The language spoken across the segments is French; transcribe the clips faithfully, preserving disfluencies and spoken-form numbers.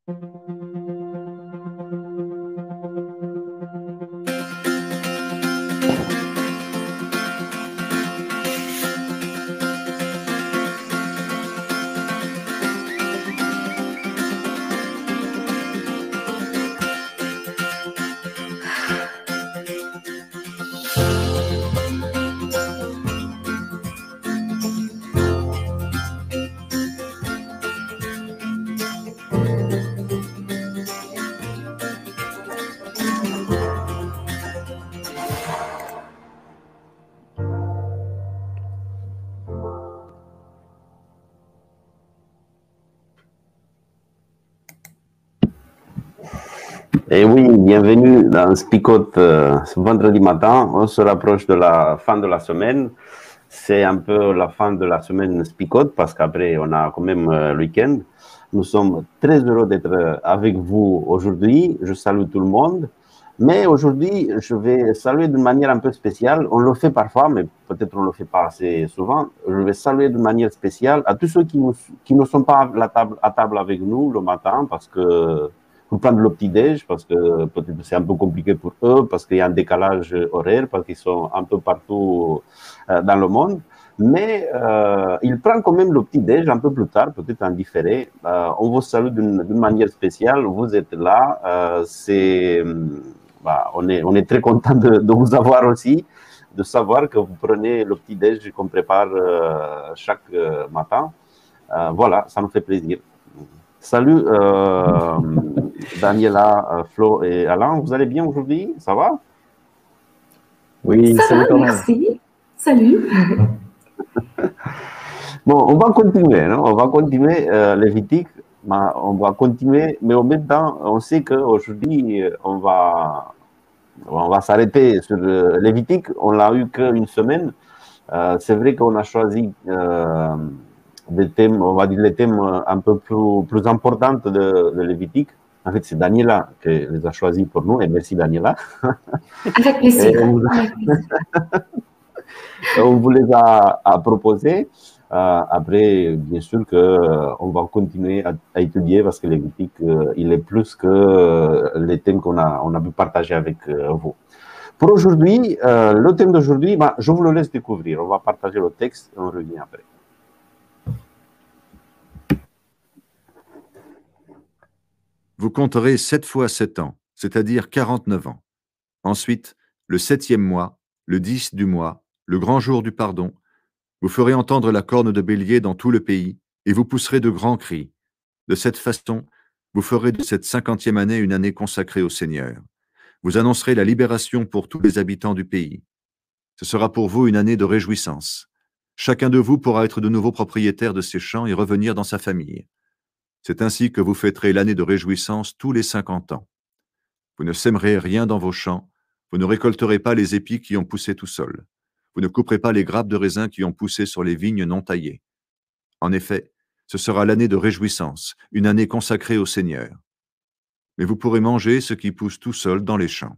Et oui, bienvenue dans Spicote euh, ce vendredi matin. On se rapproche de la fin de la semaine. C'est un peu la fin de la semaine Spicote parce qu'après, on a quand même euh, le week-end. Nous sommes très heureux d'être avec vous aujourd'hui. Je salue tout le monde. Mais aujourd'hui, je vais saluer d'une manière un peu spéciale. On le fait parfois, mais peut-être on ne le fait pas assez souvent. Je vais saluer d'une manière spéciale à tous ceux qui, nous, qui ne sont pas à, la table, à table avec nous le matin parce que pour prendre le petit-déj, parce que peut-être c'est un peu compliqué pour eux, parce qu'il y a un décalage horaire, parce qu'ils sont un peu partout euh, dans le monde. Mais euh, ils prennent quand même le petit-déj un peu plus tard, peut-être en différé. Euh, on vous salue d'une manière spéciale, vous êtes là. Euh, c'est, bah, on, est, on est très content de, de vous avoir aussi, de savoir que vous prenez le petit-déj qu'on prépare euh, chaque euh, matin. Euh, voilà, ça nous fait plaisir. Salut euh, Daniela, euh, Flo et Alain, vous allez bien aujourd'hui? Ça va? Oui, ça salut va, Thomas. Merci. Salut. Bon, on va continuer, non? On va continuer euh, Lévitique, on va continuer, mais en même temps, on sait qu'aujourd'hui, on va, on va s'arrêter sur euh, Lévitique. On l'a eu qu'une semaine. Euh, C'est vrai qu'on a choisi euh, des thèmes, on va dire les thèmes un peu plus, plus importants de, de Lévitique. En fait, c'est Daniela qui les a choisis pour nous, et merci Daniela. Avec plaisir. On vous, a... on vous les a, a proposés. Euh, après, bien sûr qu'on euh, va continuer à, à étudier parce que Lévitique, euh, il est plus que euh, les thèmes qu'on a, on a pu partager avec euh, vous. Pour aujourd'hui, euh, le thème d'aujourd'hui, bah, je vous le laisse découvrir. On va partager le texte et on revient après. Vous compterez sept fois sept ans, c'est-à-dire quarante-neuf ans. Ensuite, le septième mois, le dix du mois, le grand jour du pardon, vous ferez entendre la corne de bélier dans tout le pays, et vous pousserez de grands cris. De cette façon, vous ferez de cette cinquantième année une année consacrée au Seigneur. Vous annoncerez la libération pour tous les habitants du pays. Ce sera pour vous une année de réjouissance. Chacun de vous pourra être de nouveau propriétaire de ses champs et revenir dans sa famille. C'est ainsi que vous fêterez l'année de réjouissance tous les cinquante ans. Vous ne sèmerez rien dans vos champs, vous ne récolterez pas les épis qui ont poussé tout seuls. Vous ne couperez pas les grappes de raisin qui ont poussé sur les vignes non taillées. En effet, ce sera l'année de réjouissance, une année consacrée au Seigneur. Mais vous pourrez manger ce qui pousse tout seul dans les champs.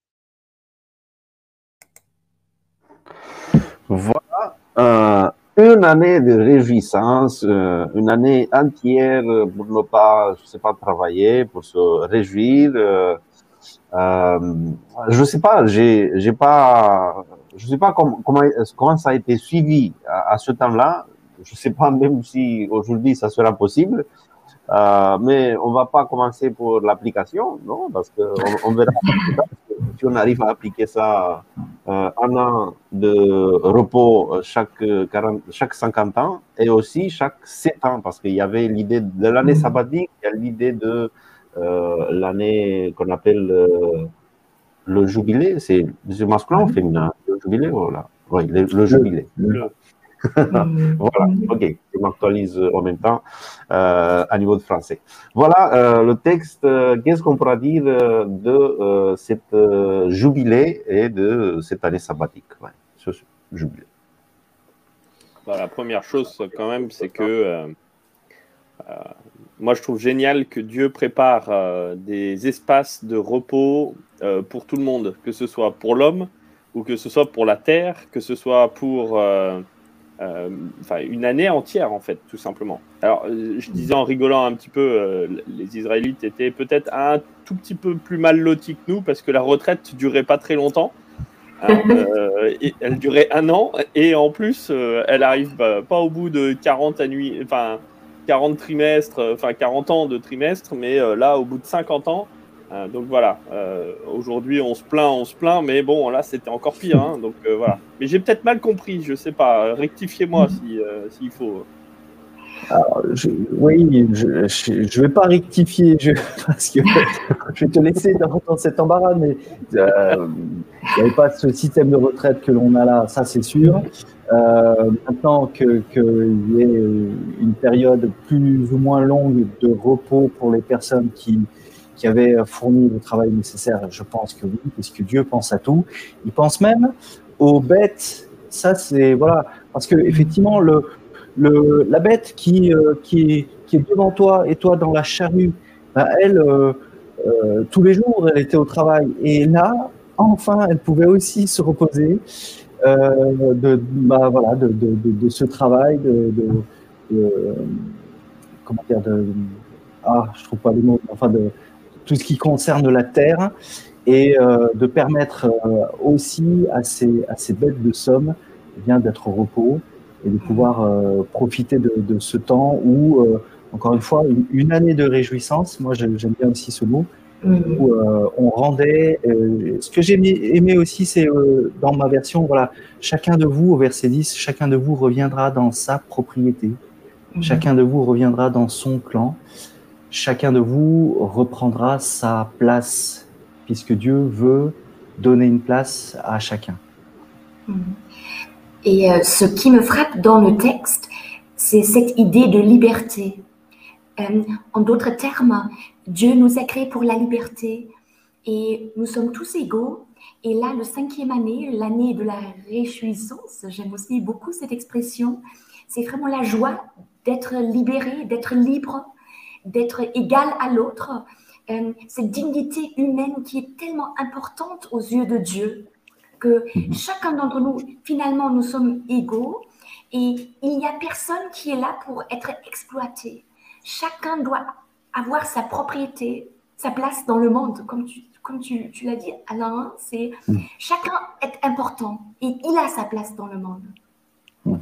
Voilà, euh, une année de réjouissance, euh, une année entière pour ne pas, je sais pas, travailler, pour se réjouir. Euh, euh, je sais pas, j'ai, j'ai pas, je sais pas comment, comment, comment ça a été suivi à, à ce temps-là. Je sais pas même si aujourd'hui ça sera possible. Euh, mais on va pas commencer pour l'application, non, parce que on, on verra si on arrive à appliquer ça euh, un an de repos chaque quarante, chaque cinquante ans et aussi chaque sept ans, parce qu'il y avait l'idée de l'année sabbatique, il y a l'idée de euh, l'année qu'on appelle euh, le jubilé, c'est masculin ou féminin, le jubilé, voilà, oui, le, le jubilé. Le... Voilà, ok, je m'actualise en même temps euh, à niveau de français. Voilà euh, le texte, euh, qu'est-ce qu'on pourra dire euh, de euh, cette euh, jubilé et de cette année sabbatique, ouais, ce jubilé. Bah, la première chose quand même, c'est que euh, euh, moi je trouve génial que Dieu prépare euh, des espaces de repos euh, pour tout le monde, que ce soit pour l'homme ou que ce soit pour la terre, que ce soit pour... Euh, euh, enfin, une année entière, en fait, tout simplement. Alors, je disais en rigolant un petit peu, euh, les Israélites étaient peut-être un tout petit peu plus mal lotis que nous, parce que la retraite ne durait pas très longtemps. Hein, euh, et elle durait un an, et en plus, euh, elle arrive bah, pas au bout de quarante, annuits, enfin, quarante trimestres, enfin quarante ans de trimestre, mais euh, là, au bout de cinquante ans. Euh, donc voilà, euh, aujourd'hui on se plaint, on se plaint, mais bon, là c'était encore pire. Hein, donc euh, voilà. Mais j'ai peut-être mal compris, je sais pas. Rectifiez-moi si, euh, s'il faut. Alors, je, oui, je ne vais pas rectifier je, parce que je vais te laisser dans, dans cet embarras, mais euh, il n'y avait pas ce système de retraite que l'on a là, ça c'est sûr. Euh, maintenant qu'il que y ait une période plus ou moins longue de repos pour les personnes qui, qui avaient fourni le travail nécessaire, je pense que oui, puisque Dieu pense à tout. Il pense même aux bêtes. Ça c'est voilà, parce que effectivement le Le, la bête qui, euh, qui, est, qui est devant toi et toi dans la charrue, bah, elle, euh, euh, tous les jours, elle était au travail. Et là, enfin, elle pouvait aussi se reposer euh, de, bah, voilà, de, de, de, de ce travail, de, de, de comment dire, de, ah, je trouve pas les mots, enfin, de tout ce qui concerne la terre, et euh, de permettre euh, aussi à ces, à ces bêtes de somme eh bien d'être au repos et de pouvoir euh, profiter de, de ce temps où, euh, encore une fois, une, une année de réjouissance, moi j'aime bien aussi ce mot, mmh. où euh, on rendait, euh, ce que j'ai aimé aussi, c'est euh, dans ma version, voilà, chacun de vous, au verset dix, chacun de vous reviendra dans sa propriété, mmh. chacun de vous reviendra dans son clan, chacun de vous reprendra sa place, puisque Dieu veut donner une place à chacun. Mmh. Et euh, ce qui me frappe dans le texte, c'est cette idée de liberté. Euh, en d'autres termes, Dieu nous a créés pour la liberté et nous sommes tous égaux. Et là, le cinquième année, l'année de la réjouissance, j'aime aussi beaucoup cette expression, c'est vraiment la joie d'être libéré, d'être libre, d'être égal à l'autre. Euh, cette dignité humaine qui est tellement importante aux yeux de Dieu, que chacun d'entre nous, finalement, nous sommes égaux et il n'y a personne qui est là pour être exploité. Chacun doit avoir sa propriété, sa place dans le monde, comme tu, comme tu, tu l'as dit, Alain, c'est chacun est important et il a sa place dans le monde.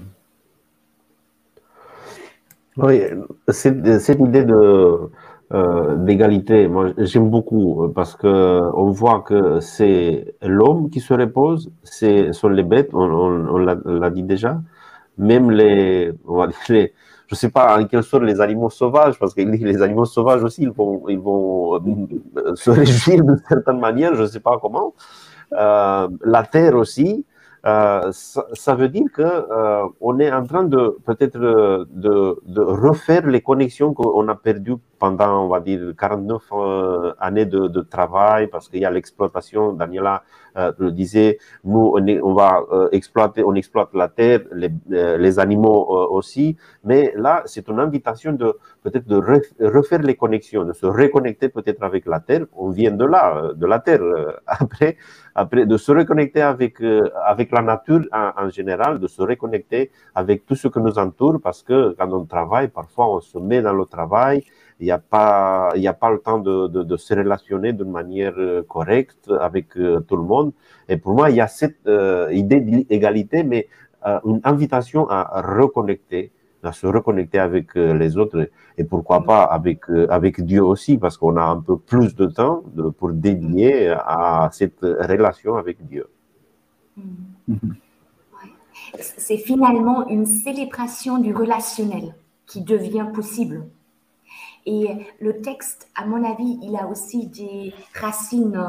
Oui, cette, cette idée de Euh, d'égalité, moi j'aime beaucoup parce que on voit que c'est l'homme qui se repose, c'est sont les bêtes, on, on, on l'a dit déjà, même les, on va dire les, je sais pas en quelle sorte les animaux sauvages, parce que les animaux sauvages aussi ils vont ils vont se réjouir d'une certaine manière, je sais pas comment. Euh, la terre aussi. Euh, ça, ça veut dire que euh, on est en train de peut-être de, de refaire les connexions qu'on a perdues pendant, on va dire, quarante-neuf euh, années de, de travail, parce qu'il y a l'exploitation. Daniela euh, le disait, nous on, est, on va euh, exploiter, on exploite la terre, les, euh, les animaux euh, aussi, mais là c'est une invitation de peut-être de re, refaire les connexions, de se reconnecter peut-être avec la terre. On vient de là, de la terre. Après. Après, de se reconnecter avec, euh, avec la nature en, en général, de se reconnecter avec tout ce qui nous entoure, parce que quand on travaille, parfois on se met dans le travail, il n'y a pas, il n'y a pas le temps de, de, de se relationner d'une manière correcte avec euh, tout le monde. Et pour moi, il y a cette euh, idée d'égalité, mais euh, une invitation à reconnecter, à se reconnecter avec euh, les autres, et pourquoi pas avec, euh, avec Dieu aussi, parce qu'on a un peu plus de temps de, pour dédier à cette relation avec Dieu. Mmh. Ouais. C'est finalement une célébration du relationnel qui devient possible. Et le texte, à mon avis, il a aussi des racines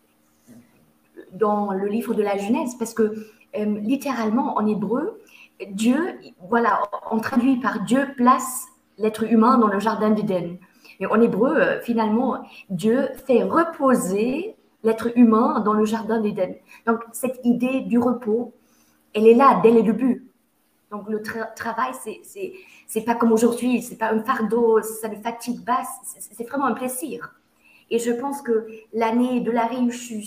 dans le livre de la Genèse, parce que euh, littéralement, en hébreu, Dieu, voilà, on traduit par Dieu place l'être humain dans le jardin d'Éden. Mais en hébreu, euh, finalement, Dieu fait reposer l'être humain dans le jardin d'Éden. Donc, cette idée du repos, elle est là dès le début. Donc, le tra travail, c'est c'est pas comme aujourd'hui, c'est pas un fardeau, ça ne fatigue pas, c'est vraiment un plaisir. Et je pense que l'année de la réjouissance,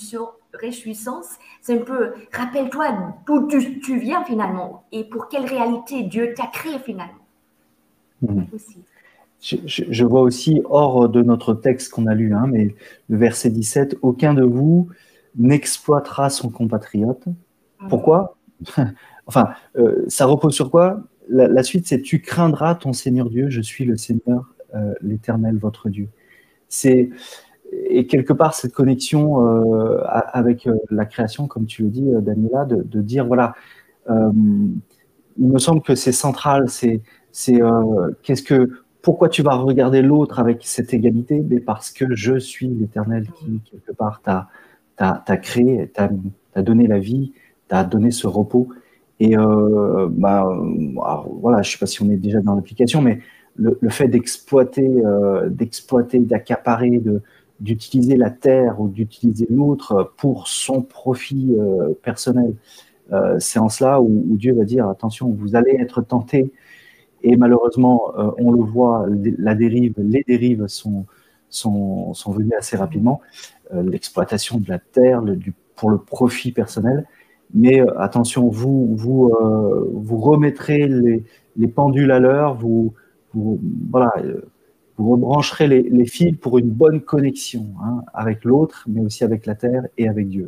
réjouissance, c'est un peu, rappelle-toi d'où tu, tu viens finalement et pour quelle réalité Dieu t'a créé finalement. Mhm. Aussi. Je, je, je vois aussi, hors de notre texte qu'on a lu, hein, mais le verset dix-sept, « Aucun de vous n'exploitera son compatriote. » Pourquoi? Enfin, euh, ça repose sur quoi? La, la suite, c'est « Tu craindras ton Seigneur Dieu, je suis le Seigneur, euh, l'Éternel, votre Dieu. » C'est, et quelque part, cette connexion euh, avec euh, la création, comme tu le dis, euh, Daniela, de, de dire, voilà, euh, il me semble que c'est central, c'est, c'est euh, qu'est-ce que, pourquoi tu vas regarder l'autre avec cette égalité? Mais parce que je suis l'Éternel qui, quelque part, t'a, t'a, t'a créé, t'a, t'a donné la vie, t'a donné ce repos. Et euh, bah, alors, voilà, je ne sais pas si on est déjà dans l'application, mais le, le fait d'exploiter, euh, d'exploiter, d'accaparer, de, d'utiliser la terre ou d'utiliser l'autre pour son profit euh, personnel, euh, c'est en cela où, où Dieu va dire, attention, vous allez être tentés. Et malheureusement, euh, on le voit, la dérive, les dérives sont, sont, sont venues assez rapidement. Euh, l'exploitation de la terre, le, du, pour le profit personnel. Mais euh, attention, vous, vous, euh, vous remettrez les, les pendules à l'heure, vous, vous, voilà, euh, vous rebrancherez les, les fils pour une bonne connexion hein, avec l'autre, mais aussi avec la terre et avec Dieu.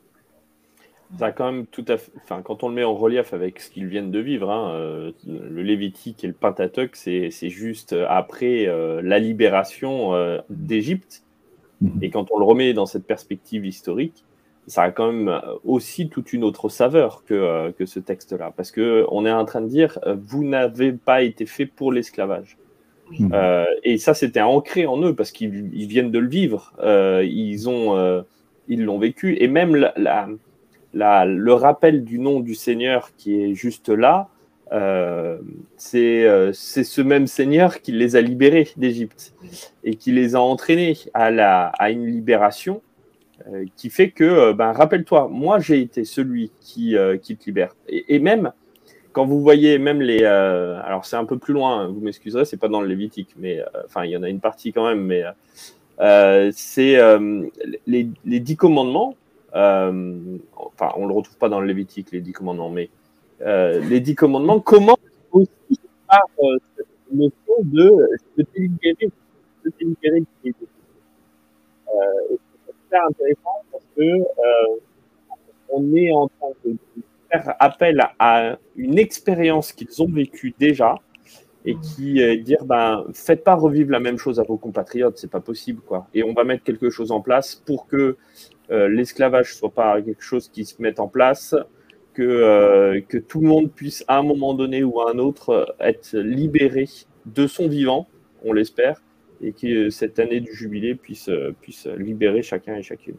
Ça a quand même tout à fait. Enfin, quand on le met en relief avec ce qu'ils viennent de vivre, hein, euh, le Lévitique et le Pentateuque, c'est c'est juste après euh, la libération euh, d'Égypte. Et quand on le remet dans cette perspective historique, ça a quand même aussi toute une autre saveur que, euh, que ce texte-là. Parce qu'on est en train de dire, euh, vous n'avez pas été fait pour l'esclavage. Oui. Euh, et ça, c'était ancré en eux parce qu'ils ils viennent de le vivre. Euh, ils ont, euh, ils l'ont vécu. Et même la, la, la, le rappel du nom du Seigneur qui est juste là, euh, c'est euh, c'est ce même Seigneur qui les a libérés d'Égypte et qui les a entraînés à, la, à une libération euh, qui fait que, euh, ben, rappelle-toi, moi j'ai été celui qui, euh, qui te libère. Et, et même, quand vous voyez même les... Euh, alors c'est un peu plus loin, vous m'excuserez, c'est pas dans le Lévitique, mais euh, enfin il y en a une partie quand même, mais euh, c'est euh, les, les dix commandements, euh, enfin on le retrouve pas dans le Lévitique, les dix commandements, mais euh, les dix commandements commencent aussi par euh, cette notion de je t'ai libéré, je t'ai libéré de tes péchés. Euh, et c'est super intéressant parce que euh, on est en train de faire appel à une expérience qu'ils ont vécue déjà et qui euh, dire ben faites pas revivre la même chose à vos compatriotes, c'est pas possible quoi. Et on va mettre quelque chose en place pour que euh, l'esclavage soit pas quelque chose qui se mette en place, que euh, que tout le monde puisse à un moment donné ou à un autre être libéré de son vivant, on l'espère, et que cette année du jubilé puisse puisse libérer chacun et chacune.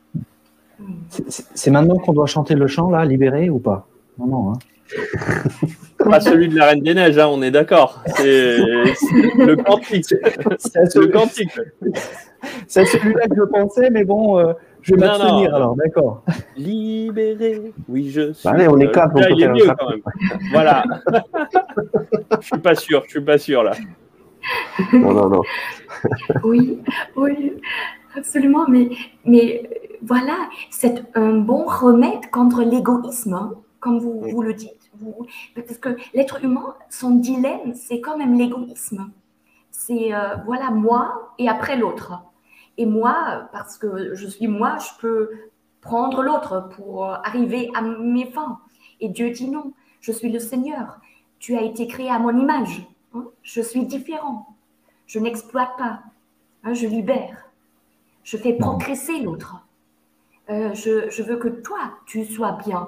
C'est maintenant qu'on doit chanter le chant, là, libéré ou pas? Non, non. Hein. Pas celui de la Reine des Neiges, hein, on est d'accord. C'est le cantique. C'est le cantique. C'est celui-là que je pensais, mais bon, euh, je vais m'abstenir alors, d'accord. Libéré, oui, je suis. Allez, on est quatre. Là, il est mieux quand même. Voilà. Je suis pas sûr, je suis pas sûr là. Non, non, non. Oui, oui, absolument. Mais, mais voilà, c'est un bon remède contre l'égoïsme, hein, comme vous, vous le dites. Vous, parce que l'être humain, son dilemme, c'est quand même l'égoïsme. C'est, euh, voilà, moi et après l'autre. Et moi, parce que je suis moi, je peux prendre l'autre pour arriver à mes fins. Et Dieu dit non, je suis le Seigneur. Tu as été créé à mon image. Hein, je suis différent. Je n'exploite pas. Hein, je libère. Je fais progresser l'autre. Euh, je, je veux que toi, tu sois bien.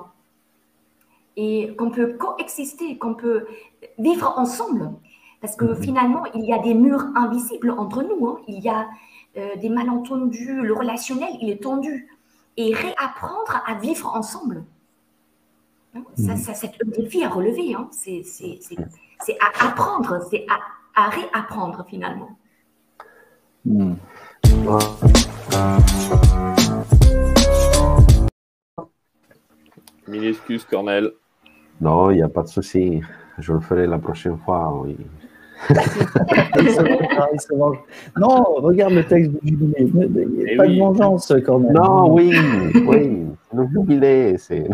Et qu'on peut coexister, qu'on peut vivre ensemble. Parce que finalement, il y a des murs invisibles entre nous. Hein. Il y a euh, des malentendus. Le relationnel, il est tendu. Et réapprendre à vivre ensemble. Hein. Ça, ça, c'est un défi à relever. Hein. C'est, c'est, c'est, c'est à apprendre, c'est à, à réapprendre finalement. Mmh. Mille excuses, Cornel. Non, il n'y a pas de souci. Je le ferai la prochaine fois. Oui. Non, regarde le texte du jubilé. Il n'y a Et pas oui. de vengeance quand même. Non, oui, oui, le jubilé, c'est.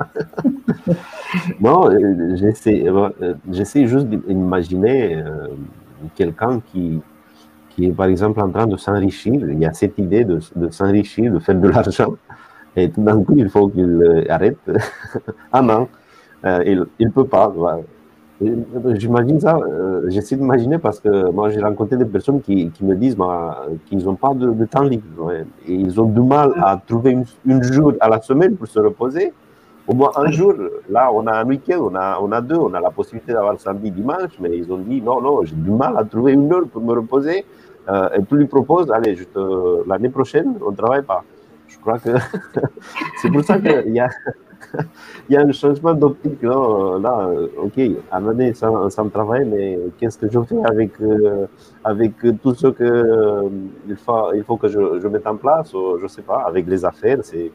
Non, euh, j'essaie euh, j'essaie juste d'imaginer euh, quelqu'un qui, qui est par exemple en train de s'enrichir. Il y a cette idée de, de s'enrichir, de faire de l'argent, et tout d'un coup, il faut qu'il euh, arrête. Ah non, euh, il ne peut pas. Voilà. J'imagine ça, euh, j'essaie d'imaginer parce que moi j'ai rencontré des personnes qui, qui me disent bah, qu'ils n'ont pas de, de temps libre, ouais. Et ils ont du mal à trouver une, une jour à la semaine pour se reposer. Au moins un jour, là on a un week-end, on a, on a deux, on a la possibilité d'avoir samedi, dimanche, mais ils ont dit non, non, j'ai du mal à trouver une heure pour me reposer. Euh, et tu lui proposes, allez, juste euh, l'année prochaine, on ne travaille pas. Je crois que c'est pour ça qu'il y a. Il y a un changement d'optique. Là, là, ok, à l'année sans, sans travail, mais qu'est-ce que je fais avec, euh, avec tout ce qu'il euh, faut, il faut que je, je mette en place, ou, je ne sais pas, avec les affaires. C'est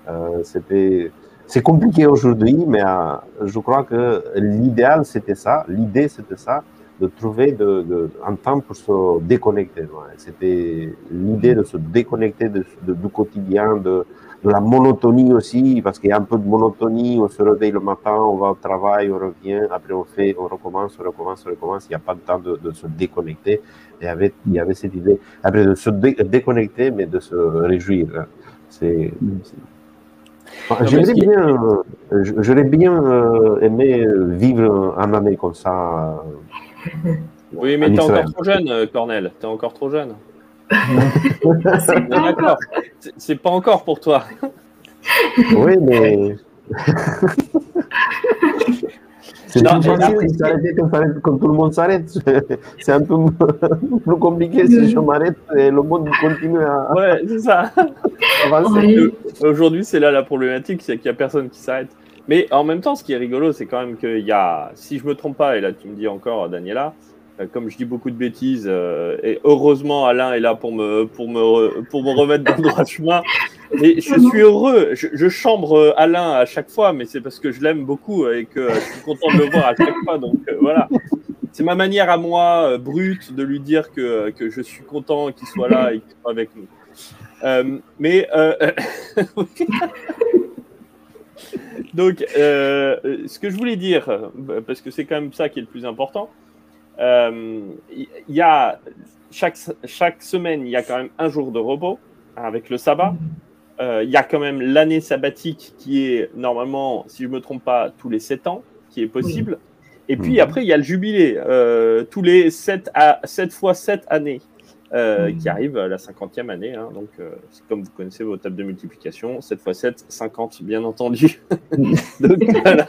euh, compliqué aujourd'hui, mais euh, je crois que l'idéal, c'était ça. L'idée, c'était ça, de trouver de, de, un temps pour se déconnecter. Ouais. C'était l'idée de se déconnecter de, de, du quotidien, de de la monotonie aussi, parce qu'il y a un peu de monotonie, on se réveille le matin, on va au travail, on revient, après on fait, on recommence, on recommence, on recommence, il n'y a pas de temps de, de se déconnecter. Et il y avait, il y avait cette idée, après de se dé déconnecter, mais de se réjouir. C'est... Enfin, j'aimerais bien, j'aurais bien euh, aimé vivre un année comme ça. Euh, oui, mais t'es encore trop jeune, Cornel, t'es encore trop jeune. D'accord, c'est pas encore pour toi. Oui, mais c'est plus facile de s'arrêter quand tout le monde s'arrête. C'est un peu plus compliqué si je m'arrête et le monde continue à. Ouais, c'est ça. Oui. Aujourd'hui, c'est là la problématique, c'est qu'il n'y a personne qui s'arrête. Mais en même temps, ce qui est rigolo, c'est quand même qu'il y a, si je me trompe pas, et là tu me dis encore, Daniela, comme je dis beaucoup de bêtises, euh, et heureusement Alain est là pour me, pour me, pour me remettre dans le droit chemin. Et je suis heureux, je, je chambre Alain à chaque fois, mais c'est parce que je l'aime beaucoup et que je suis content de le voir à chaque fois. Donc euh, voilà, c'est ma manière à moi, euh, brute, de lui dire que, que je suis content qu'il soit là et qu'il soit avec nous. Euh, mais euh, donc, euh, ce que je voulais dire, parce que c'est quand même ça qui est le plus important. Il euh, y a chaque, chaque semaine, il y a quand même un jour de repos hein, avec le sabbat. Il euh, y a quand même l'année sabbatique qui est normalement, si je ne me trompe pas, tous les sept ans, qui est possible. Et puis mmh. après, il y a le jubilé, euh, tous les sept fois sept années, euh, mmh. qui arrive à la cinquantième année. Hein, donc, euh, c'est comme vous connaissez vos tables de multiplication, sept fois sept, cinquante, bien entendu. Donc, voilà.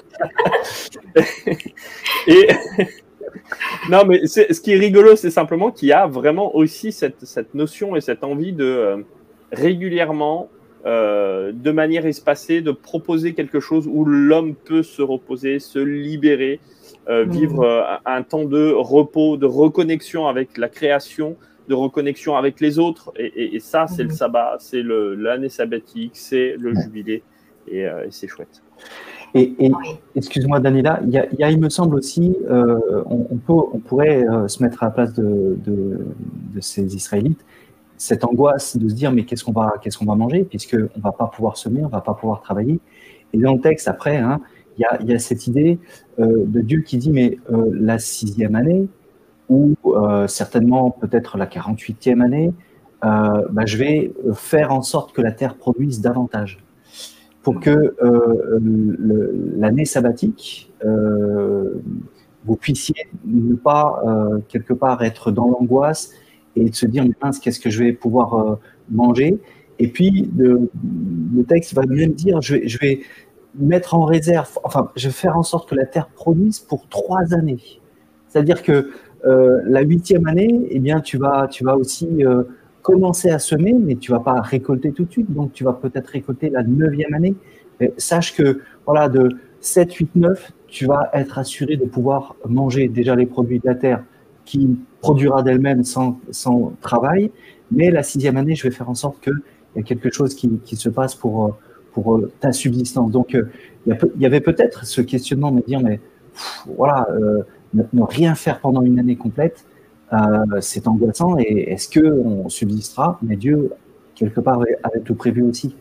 Et. Non, mais ce qui est rigolo, c'est simplement qu'il y a vraiment aussi cette, cette notion et cette envie de euh, régulièrement, euh, de manière espacée, de proposer quelque chose où l'homme peut se reposer, se libérer, euh, mmh. vivre euh, un temps de repos, de reconnexion avec la création, de reconnexion avec les autres. Et, et, et ça, c'est mmh. le sabbat, c'est l'année sabbatique, c'est le jubilé, et, euh, et c'est chouette. Et, et excuse-moi, Daniela, il y, y a, il me semble aussi, euh, on, on, peut, on pourrait euh, se mettre à la place de, de, de ces Israélites, cette angoisse de se dire mais qu'est-ce qu'on va, qu'est-ce qu'on va manger, puisqu'on ne va pas pouvoir semer, on ne va pas pouvoir travailler. Et dans le texte, après, hein, il y a, y a cette idée euh, de Dieu qui dit mais euh, la sixième année, ou euh, certainement peut-être la quarante-huitième année, euh, bah, je vais faire en sorte que la terre produise davantage. Pour que euh, l'année sabbatique, euh, vous puissiez ne pas, euh, quelque part, être dans l'angoisse et de se dire, mince, qu'est-ce que je vais pouvoir euh, manger? Et puis, de, le texte va même dire, je vais, je vais mettre en réserve, enfin, je vais faire en sorte que la terre produise pour trois années. C'est-à-dire que euh, la huitième année, eh bien, tu vas, tu vas aussi... Euh, commencer à semer, mais tu ne vas pas récolter tout de suite, donc tu vas peut-être récolter la neuvième année. Mais sache que voilà, de sept, huit, neuf, tu vas être assuré de pouvoir manger déjà les produits de la terre qui produira d'elle-même sans, sans travail, mais la sixième année, je vais faire en sorte qu'il y a quelque chose qui, qui se passe pour, pour ta subsistance. Donc, il y, a, il y avait peut-être ce questionnement de me dire, mais pff, voilà, euh, ne, ne rien faire pendant une année complète, euh, c'est angoissant. Et est-ce qu'on subsistera? Mais Dieu, quelque part, avait, avait tout prévu aussi.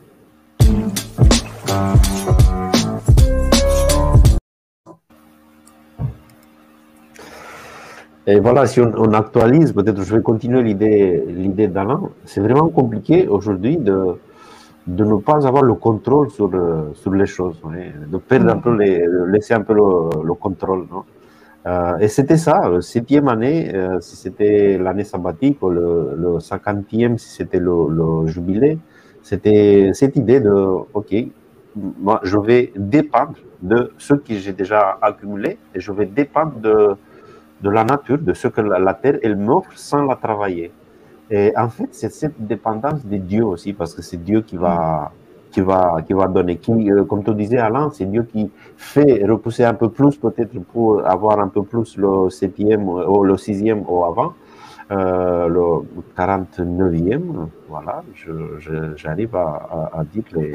Et voilà, si on, on actualise, peut-être je vais continuer l'idée l'idée d'Alain, c'est vraiment compliqué aujourd'hui de, de ne pas avoir le contrôle sur, sur les choses, ouais, de perdre un peu, les, laisser un peu le, le contrôle. Non euh, et c'était ça, la septième année, euh, si c'était l'année sabbatique, ou le, le cinquantième, si c'était le, le jubilé, c'était cette idée de, ok, moi je vais dépendre de ce que j'ai déjà accumulé et je vais dépendre de de la nature, de ce que la, la terre, elle m'offre sans la travailler. Et en fait, c'est cette dépendance de Dieu aussi, parce que c'est Dieu qui va, qui va, qui va donner. Qui, euh, comme tu disais, Alain, c'est Dieu qui fait repousser un peu plus, peut-être pour avoir un peu plus le septième ou le sixième ou avant, euh, le quarante-neuvième. Voilà, je, je, j'arrive à, à, à dire les.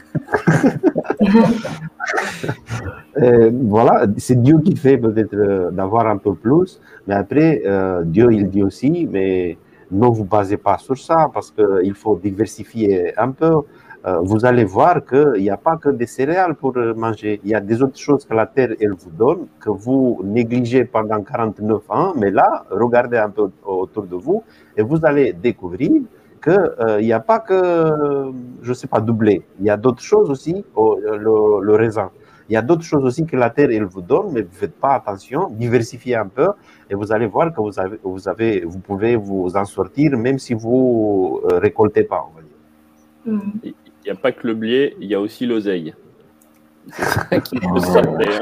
Euh, voilà, c'est Dieu qui fait peut-être euh, d'avoir un peu plus, mais après, euh, Dieu, il dit aussi, mais ne vous basez pas sur ça, parce qu'il faut diversifier un peu. Euh, vous allez voir qu'il n'y a pas que des céréales pour manger, il y a des autres choses que la terre, elle vous donne, que vous négligez pendant quarante-neuf ans, mais là, regardez un peu autour de vous, et vous allez découvrir qu'il euh, n'y a pas que, je ne sais pas, doublé, il y a d'autres choses aussi, oh, le, le raisin. Il y a d'autres choses aussi que la terre, elle vous donne, mais vous ne faites pas attention, diversifiez un peu et vous allez voir que vous, avez, vous, avez, vous pouvez vous en sortir même si vous ne récoltez pas, on va dire. Mm. Il n'y a pas que le blé, il y a aussi l'oseille. C'est ça qui peut sortir.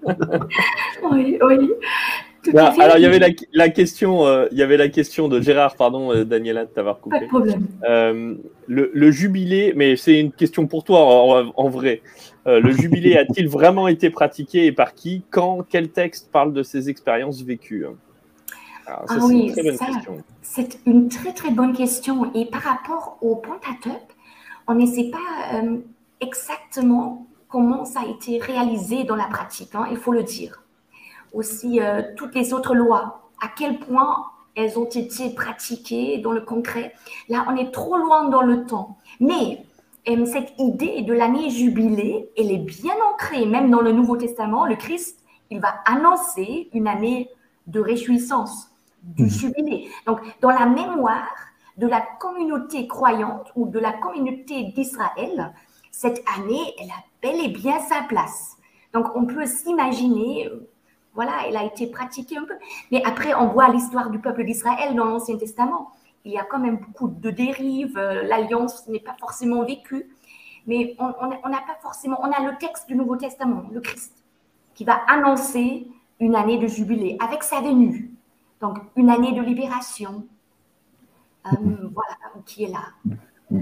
Oui, oui. Là, alors, il y avait la, la question, euh, il y avait la question de Gérard, pardon, euh, Daniela, de t'avoir coupé. Pas de problème. Euh, le, le jubilé, mais c'est une question pour toi en, en vrai. Euh, le jubilé a-t-il vraiment été pratiqué et par qui? Quand? Quel texte parle de ces expériences vécues? Alors, ça, ah c'est oui, une très bonne ça, question. C'est une très très bonne question. Et par rapport au Pentateuque, on ne sait pas euh, exactement comment ça a été réalisé dans la pratique, hein, il faut le dire. Aussi, euh, toutes les autres lois, à quel point elles ont été pratiquées dans le concret. Là, on est trop loin dans le temps. Mais euh, cette idée de l'année jubilée, elle est bien ancrée, même dans le Nouveau Testament. Le Christ, il va annoncer une année de réjouissance, du jubilé. Donc, dans la mémoire de la communauté croyante ou de la communauté d'Israël, cette année, elle a bel et bien sa place. Donc, on peut s'imaginer... Voilà, elle a été pratiquée un peu. Mais après, on voit l'histoire du peuple d'Israël dans l'Ancien Testament. Il y a quand même beaucoup de dérives. L'alliance n'est pas forcément vécue. Mais on n'a pas forcément... On a le texte du Nouveau Testament, le Christ, qui va annoncer une année de jubilé avec sa venue. Donc, une année de libération. Euh, voilà, qui est là.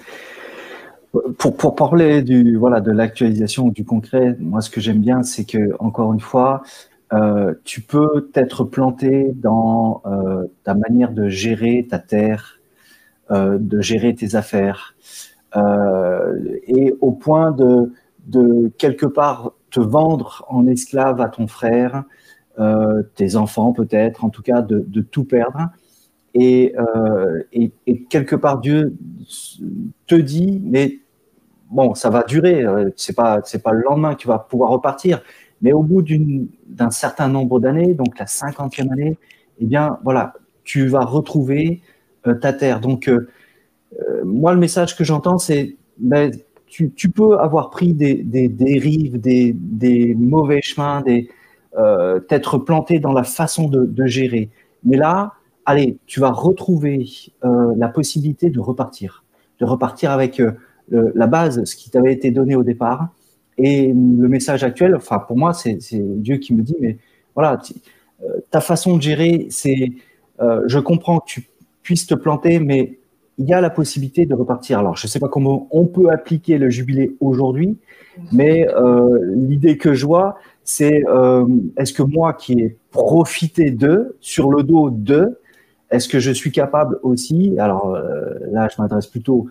Pour, pour parler du, voilà, de l'actualisation du concret, moi, ce que j'aime bien, c'est que, encore une fois, Euh, tu peux t'être planté dans euh, ta manière de gérer ta terre, euh, de gérer tes affaires, euh, et au point de, de quelque part te vendre en esclave à ton frère, euh, tes enfants peut-être, en tout cas de, de tout perdre. Et, euh, et, et quelque part Dieu te dit, mais bon, ça va durer, c'est pas, c'est pas le lendemain que tu vas pouvoir repartir. Mais au bout d'une, d'un certain nombre d'années, donc la cinquantième année, eh bien, voilà, tu vas retrouver euh, ta terre. Donc, euh, euh, moi, le message que j'entends, c'est, ben, tu, tu peux avoir pris des, des, des dérives, des, des mauvais chemins, des, euh, t'être planté dans la façon de, de gérer. Mais là, allez, tu vas retrouver euh, la possibilité de repartir, de repartir avec euh, le, la base, ce qui t'avait été donné au départ. Et le message actuel, enfin pour moi, c'est, c'est Dieu qui me dit, mais voilà, tu, euh, ta façon de gérer, c'est, euh, je comprends que tu puisses te planter, mais il y a la possibilité de repartir. Alors, je ne sais pas comment on peut appliquer le jubilé aujourd'hui, mais euh, l'idée que je vois, c'est euh, est-ce que moi qui ai profité d'eux, sur le dos d'eux, est-ce que je suis capable aussi, alors euh, là, je m'adresse plutôt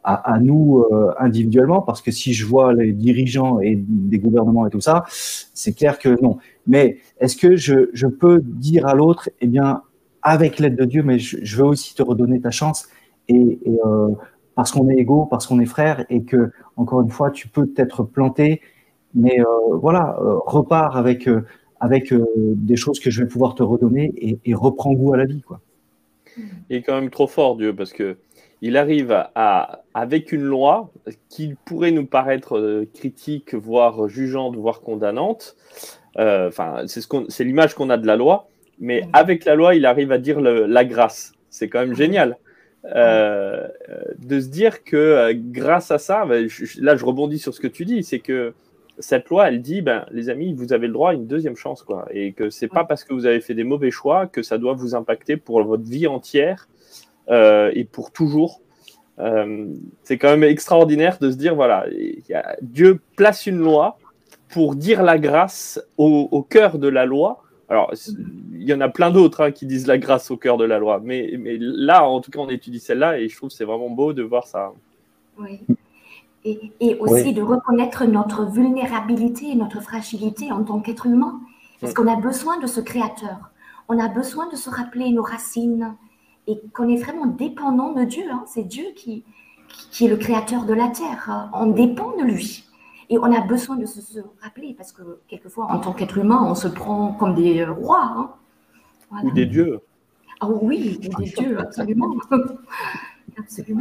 à, à nous euh, individuellement, parce que si je vois les dirigeants et des gouvernements et tout ça, c'est clair que non. Mais est-ce que je, je peux dire à l'autre, eh bien, avec l'aide de Dieu, mais je, je veux aussi te redonner ta chance, et, et euh, parce qu'on est égaux, parce qu'on est frères, et que, encore une fois, tu peux t'être planté, mais euh, voilà, euh, repars avec, euh, avec euh, des choses que je vais pouvoir te redonner, et, et reprends goût à la vie, quoi. Il est quand même trop fort, Dieu, parce que il arrive à, à, avec une loi qui pourrait nous paraître euh, critique, voire jugeante, voire condamnante. Enfin, euh, c'est ce qu'on, c'est l'image qu'on a de la loi, mais avec la loi, il arrive à dire le, la grâce. C'est quand même génial euh, de se dire que euh, grâce à ça, ben, je, là, je rebondis sur ce que tu dis, c'est que cette loi, elle dit, ben, les amis, vous avez le droit à une deuxième chance, quoi, et que c'est pas parce que vous avez fait des mauvais choix que ça doit vous impacter pour votre vie entière. Euh, et pour toujours. Euh, c'est quand même extraordinaire de se dire, voilà, y a, Dieu place une loi pour dire la grâce au, au cœur de la loi. Alors, il y en a plein d'autres hein, qui disent la grâce au cœur de la loi, mais, mais là, en tout cas, on étudie celle-là et je trouve que c'est vraiment beau de voir ça. Oui. Et, et aussi Oui. de reconnaître notre vulnérabilité et notre fragilité en tant qu'être humain, parce qu'on a besoin de ce créateur. On a besoin de se rappeler nos racines, et qu'on est vraiment dépendant de Dieu. Hein. C'est Dieu qui, qui est le créateur de la terre. On dépend de lui. Et on a besoin de se, se rappeler, parce que quelquefois, en tant qu'être humain, on se prend comme des rois. Hein. Voilà. Ou des dieux. Ah oui, ou des dieux, absolument. Absolument.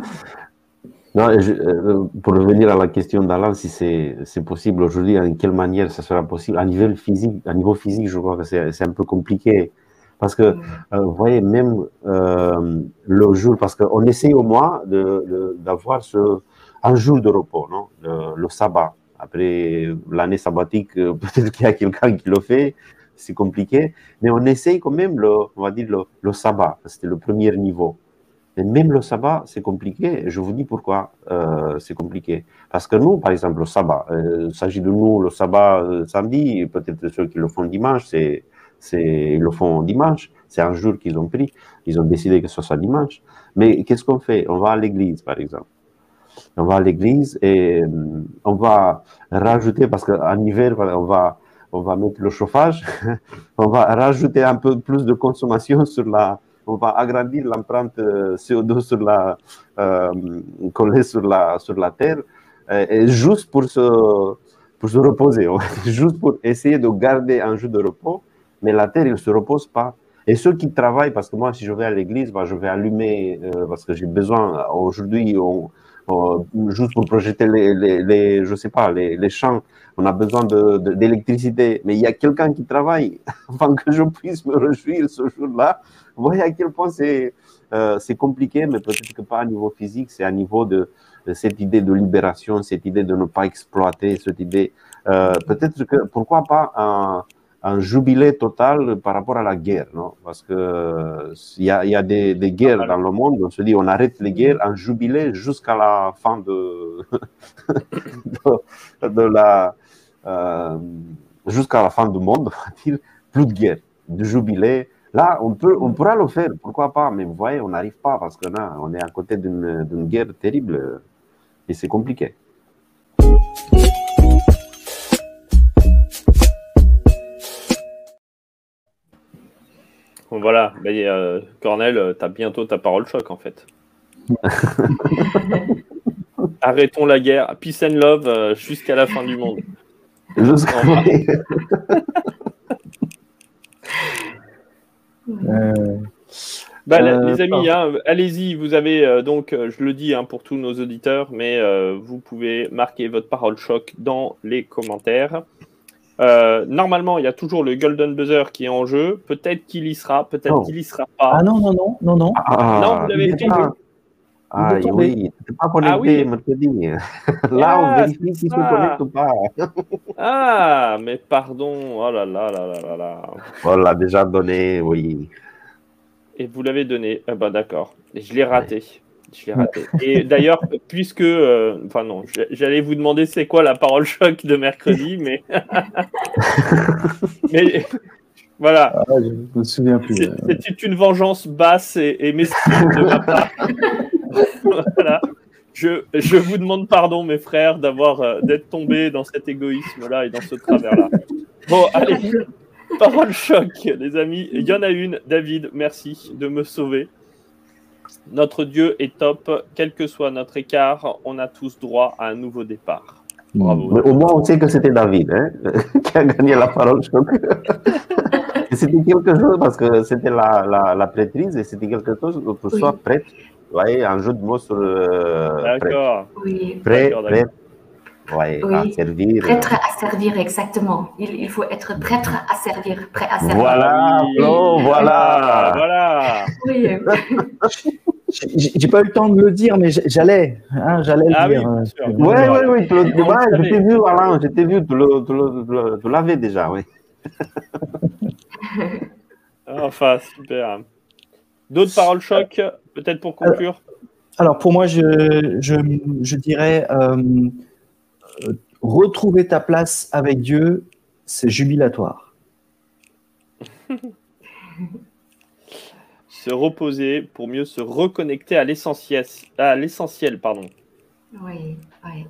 Non, je, euh, pour revenir à la question d'Alain, si c'est, c'est possible aujourd'hui, en quelle manière ça sera possible? À niveau physique, à niveau physique, je crois que c'est, c'est un peu compliqué. Parce que, euh, vous voyez, même euh, le jour, parce qu'on essaye au moins de, de, d'avoir ce, un jour de repos, non, le, le sabbat. Après l'année sabbatique, peut-être qu'il y a quelqu'un qui le fait, c'est compliqué, mais on essaye quand même, le, on va dire, le, le sabbat. C'était le premier niveau. Mais même le sabbat, c'est compliqué. Je vous dis pourquoi euh, c'est compliqué. Parce que nous, par exemple, le sabbat, euh, il s'agit de nous, le sabbat euh, samedi, peut-être ceux qui le font dimanche, c'est C'est, ils le font dimanche, c'est un jour qu'ils ont pris, ils ont décidé que ce soit dimanche. Mais qu'est-ce qu'on fait? On va à l'église, par exemple. On va à l'église et on va rajouter, parce qu'en hiver, on va, on va mettre le chauffage, on va rajouter un peu plus de consommation sur la, on va agrandir l'empreinte C O deux sur la, euh, collée sur la, sur la terre, et, et juste pour se, pour se reposer, juste pour essayer de garder un jour de repos. Mais la terre, elle ne se repose pas. Et ceux qui travaillent, parce que moi, si je vais à l'église, bah, je vais allumer, euh, parce que j'ai besoin, aujourd'hui, on, on, juste pour projeter les, les, les je sais pas, les, les champs, on a besoin de, de, d'électricité. Mais il y a quelqu'un qui travaille avant que je puisse me réjouir ce jour-là. Vous voyez à quel point c'est, euh, c'est compliqué, mais peut-être que pas à niveau physique, c'est à niveau de, de cette idée de libération, cette idée de ne pas exploiter, cette idée, euh, peut-être que, pourquoi pas un, un jubilé total par rapport à la guerre, non? Parce que il y a, y a des, des guerres dans le monde, on se dit on arrête les guerres, un jubilé jusqu'à la fin de, de, de la euh, jusqu'à la fin du monde, on va dire, plus de guerre, de jubilé. Là, on peut, on pourra le faire, pourquoi pas? Mais vous voyez, on n'arrive pas parce que là, on est à côté d'une, d'une guerre terrible et c'est compliqué. Voilà, ben, euh, Cornel, tu as bientôt ta parole choc en fait. Arrêtons la guerre, peace and love euh, jusqu'à la fin du monde. Jusqu'à... euh... Bah, Euh, les amis, hein, allez-y, vous avez euh, donc, euh, je le dis hein, pour tous nos auditeurs, mais euh, vous pouvez marquer votre parole choc dans les commentaires. Euh, normalement, il y a toujours le Golden Buzzer qui est en jeu. Peut-être qu'il y sera, peut-être oh. qu'il y sera pas. Ah non, non, non, non, non. Ah, non, vous l'avez fait. Ah, ah oui, tu n'es pas connecté, ah, oui. mercredi. Là, ah, on vérifie si tu connectes ou pas. Ah, mais pardon. Oh là là là là là là. On l'a déjà donné, oui. Et vous l'avez donné. Ah bah d'accord. Je l'ai raté. Je l'ai raté. Et d'ailleurs, puisque... Euh, enfin non, j'allais vous demander c'est quoi la parole choc de mercredi, mais... mais voilà. Ah, je ne me souviens plus. C'était une vengeance basse et, et mesquine de ma part. Voilà. Je, je vous demande pardon, mes frères, d'avoir euh, d'être tombé dans cet égoïsme-là et dans ce travers-là. Bon, allez, parole choc, les amis. Il y en a une. David, merci de me sauver. Notre Dieu est top. Quel que soit notre écart, on a tous droit à un nouveau départ. Bravo. Mais au moins, on sait que c'était David hein, qui a gagné la parole choc. Et c'était quelque chose, parce que c'était la, la, la prêtrise, et c'était quelque chose pour Oui. soi prêtre. Vous voyez, un jeu de mots sur euh, D'accord. Oui. prêtre. D'accord, Prêtre, ouais, Oui. à servir. Prêtre à servir, exactement. Il, il faut être prêtre à servir, prêt à servir. Voilà, Oui. Flo, voilà. Voilà. Oui. J'ai j'ai pas eu le temps de le dire, mais j'allais, hein, j'allais Ah le oui, dire. bien sûr. Oui, oui, oui, tu le- On le ouais, je savait. t'ai vu, Alain, je t'ai vu, tu le- tu le- tu le- tu l'avais déjà, oui. Enfin, super. D'autres paroles choc, peut-être pour conclure? Alors pour moi, je, je, je dirais euh, euh, retrouver ta place avec Dieu, c'est jubilatoire. Se reposer pour mieux se reconnecter à l'essentiel, à l'essentiel, pardon. Oui, oui.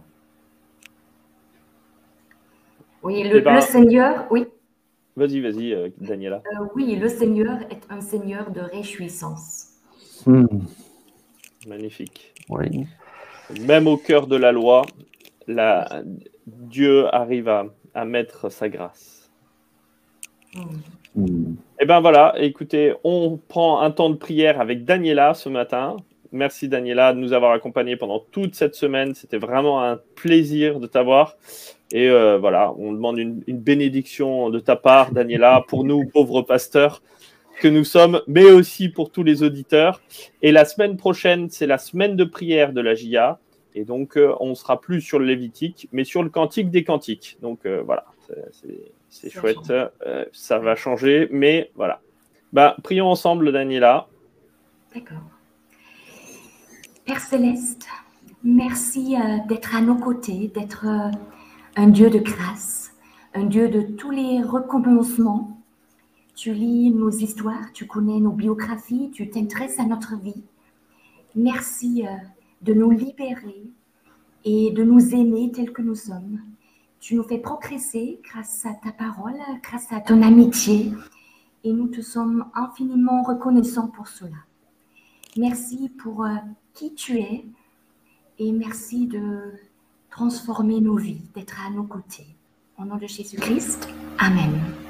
Oui, le, Eh ben- le Seigneur, oui, Vas-y, vas-y, euh, Daniela. euh, oui, le Seigneur est un Seigneur de réjouissance. Hmm. Magnifique. Oui. Même au cœur de la loi, la... Dieu arrive à, à mettre sa grâce. Mm. Hmm. Eh bien voilà, écoutez, on prend un temps de prière avec Daniela ce matin. Merci Daniela de nous avoir accompagnés pendant toute cette semaine. C'était vraiment un plaisir de t'avoir. Et euh, voilà, on demande une, une bénédiction de ta part, Daniela, pour nous, pauvres pasteurs que nous sommes, mais aussi pour tous les auditeurs. Et la semaine prochaine, c'est la semaine de prière de la J A. Et donc, euh, on ne sera plus sur le Lévitique, mais sur le Cantique des Cantiques. Donc euh, voilà, c'est, c'est, c'est Ça chouette. change. Euh, ça va changer, mais voilà. Bah, prions ensemble, Daniela. D'accord. Père Céleste, merci euh, d'être à nos côtés, d'être euh, un Dieu de grâce, un Dieu de tous les recommencements. Tu lis nos histoires, tu connais nos biographies, tu t'intéresses à notre vie. Merci euh, de nous libérer et de nous aimer tels que nous sommes. Tu nous fais progresser grâce à ta parole, grâce à ton amitié, et nous te sommes infiniment reconnaissants pour cela. Merci pour euh, qui tu es, et merci de transformer nos vies, d'être à nos côtés. Au nom de Jésus-Christ, Amen.